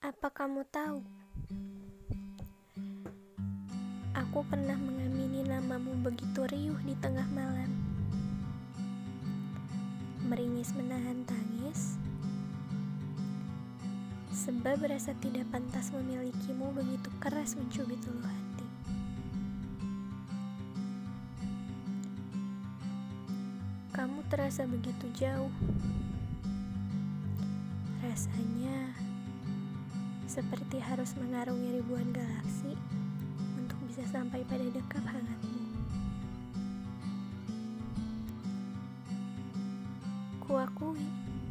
Apa kamu tahu? Aku pernah mengamini namamu begitu riuh di tengah malam. Meringis menahan tangis, sebab rasa tidak pantas memilikimu begitu keras mencubit ulu hati. Kamu terasa begitu jauh. Rasanya seperti harus mengarungi ribuan galaksi untuk bisa sampai pada dekap hangatmu. Kuakui,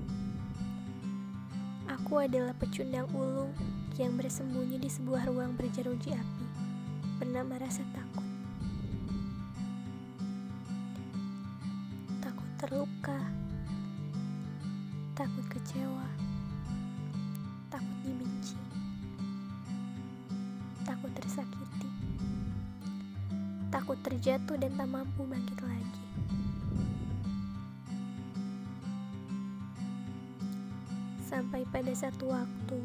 aku adalah pecundang ulung yang bersembunyi di sebuah ruang berjeruji api bernama rasa takut. Takut terluka, takut kecewa, takut dibenci, takut tersakiti, takut terjatuh dan tak mampu bangkit lagi. Sampai pada satu waktu,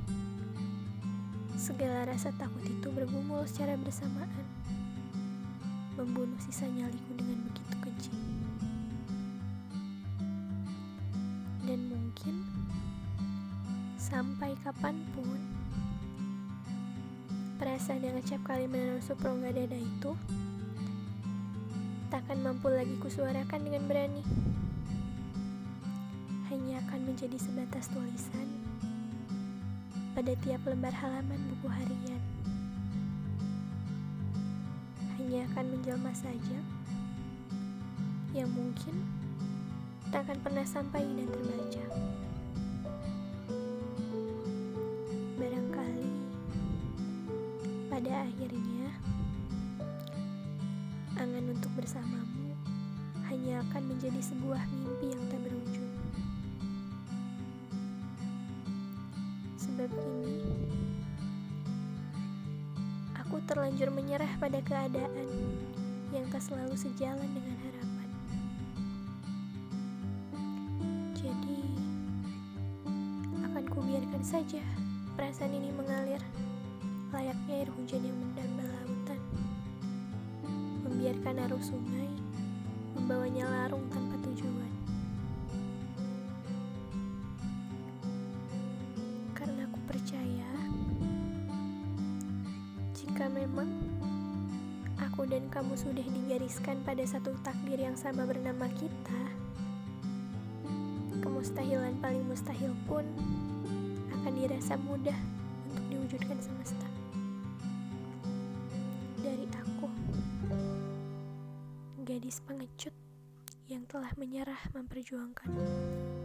segala rasa takut itu bergumul secara bersamaan, membunuh sisa nyaliku dengan begitu keji. Dan mungkin sampai kapanpun perasaan yang acap kali menusuk rongga dada itu takkan mampu lagi kusuarakan dengan berani. Hanya akan menjadi sebatas tulisan pada tiap lembar halaman buku harian. Hanya akan menjelma saja, yang mungkin tak akan pernah sampai dan terbaca. Barangkali pada akhirnya angan untuk bersamamu hanya akan menjadi sebuah mimpi yang tak berujung. Sebab kini aku terlanjur menyerah pada keadaan yang tak selalu sejalan dengan harapan. Jadi akan kubiarkan saja perasaan ini mengalir layaknya air hujan yang mendamba lautan, membiarkan arus sungai membawanya larung tanpa tujuan. Karena aku percaya jika memang aku dan kamu sudah digariskan pada satu takdir yang sama bernama kita, kemustahilan paling mustahil pun akan dirasa mudah untuk diwujudkan semesta. Dari aku, gadis pengecut yang telah menyerah memperjuangkan.